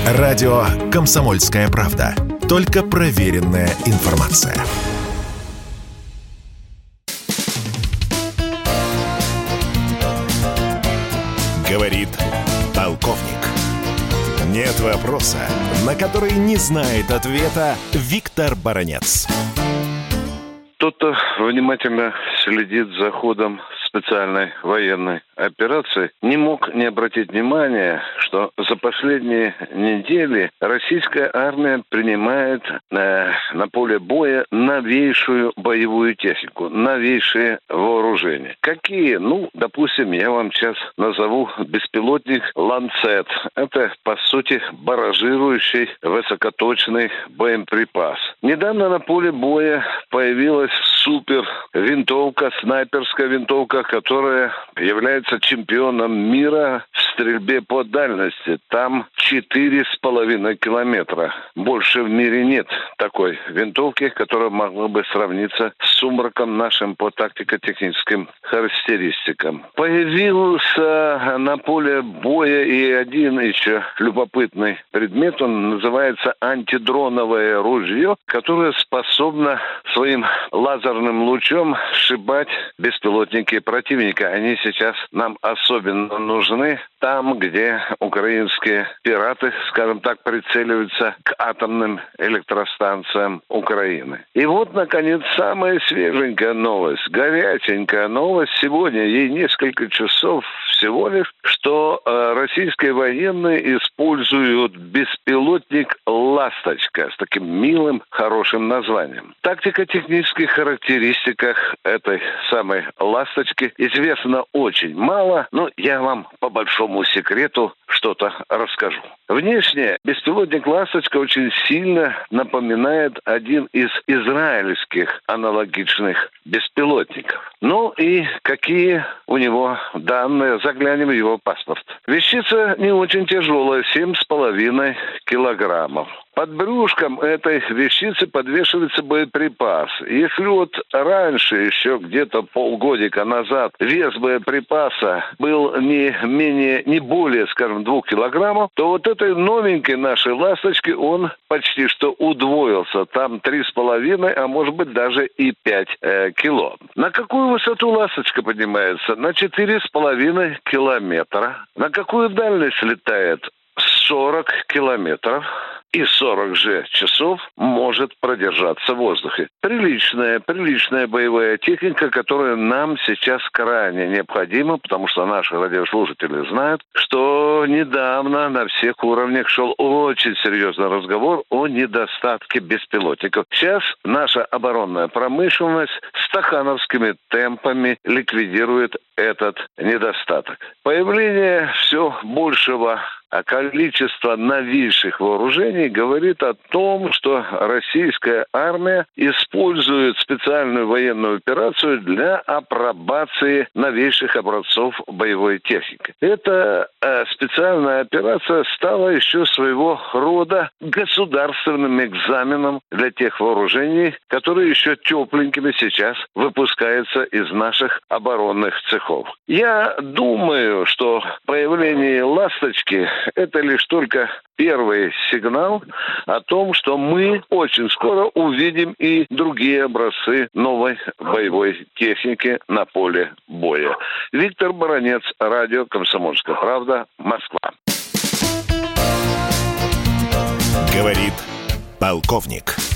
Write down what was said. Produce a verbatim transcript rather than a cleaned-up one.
Радио «Комсомольская правда». Только проверенная информация. Говорит полковник. Нет вопроса, на который не знает ответа Виктор Баранец. Кто-то внимательно следит за ходом специальной военной операции, не мог не обратить внимания, что за последние недели российская армия принимает э, на поле боя новейшую боевую технику, новейшие вооружения. Какие? Ну, допустим, я вам сейчас назову беспилотник «Ланцет». Это, по сути, барражирующий высокоточный боеприпас. Недавно на поле боя появилась супер винтовка, снайперская винтовка, которая является чемпионом мира в стрельбе по дальности. Там четыре с половиной километра. Больше в мире нет такой винтовки, которая могла бы сравниться с «Сумраком» нашим по тактико-техническим характеристикам. Появился на поле боя и один еще любопытный предмет. Он называется антидроновое ружье, которое способно своим лазерным лучом сшибать беспилотники противника. Они сейчас нам особенно нужны там, где украинские пираты, скажем так, прицеливаются к атомным электростанциям Украины. И вот, наконец, самая свеженькая новость, горяченькая новость. Сегодня, ей несколько часов всего лишь, что э, российские военные используют беспилотник «Ласточка» с таким милым, хорошим названием. Тактико-технических характеристиках этой самой «Ласточки» известно очень мало, но я вам по большому секрету что-то расскажу. Внешне беспилотник «Ласточка» очень сильно напоминает один из израильских аналогичных беспилотников. Ну и какие у него данные? Заглянем в его паспорт. Вещица не очень тяжелая, семь с половиной килограммов. Под брюшком этой вещицы подвешивается боеприпас. Если вот раньше, еще где-то полгодика назад, вес боеприпаса был не менее, не более, скажем, двух килограммов, то вот этой новенькой нашей «Ласточки» он почти что удвоился. Там три с половиной, а может быть даже и пять э, кило. На какую высоту «Ласточка» поднимается? На четыре с половиной километра. На какую дальность летает? сорок километров. И сорок же часов может продержаться в воздухе. Приличная, приличная боевая техника, которая нам сейчас крайне необходима, потому что наши радиослушатели знают, что недавно на всех уровнях шел очень серьезный разговор о недостатке беспилотников. Сейчас наша оборонная промышленность стахановскими темпами ликвидирует этот недостаток. Появление все большего количества новейших вооружений говорит о том, что российская армия использует специальную военную операцию для апробации новейших образцов боевой техники. Эта э, специальная операция стала еще своего рода государственным экзаменом для тех вооружений, которые еще тепленькими сейчас выпускаются из наших оборонных цехов. Я думаю, что появление «Ласточки» — это лишь только первый сигнал о том, что мы очень скоро увидим и другие образцы новой боевой техники на поле боя. Виктор Баранец, радио «Комсомольская правда», Москва. Говорит полковник.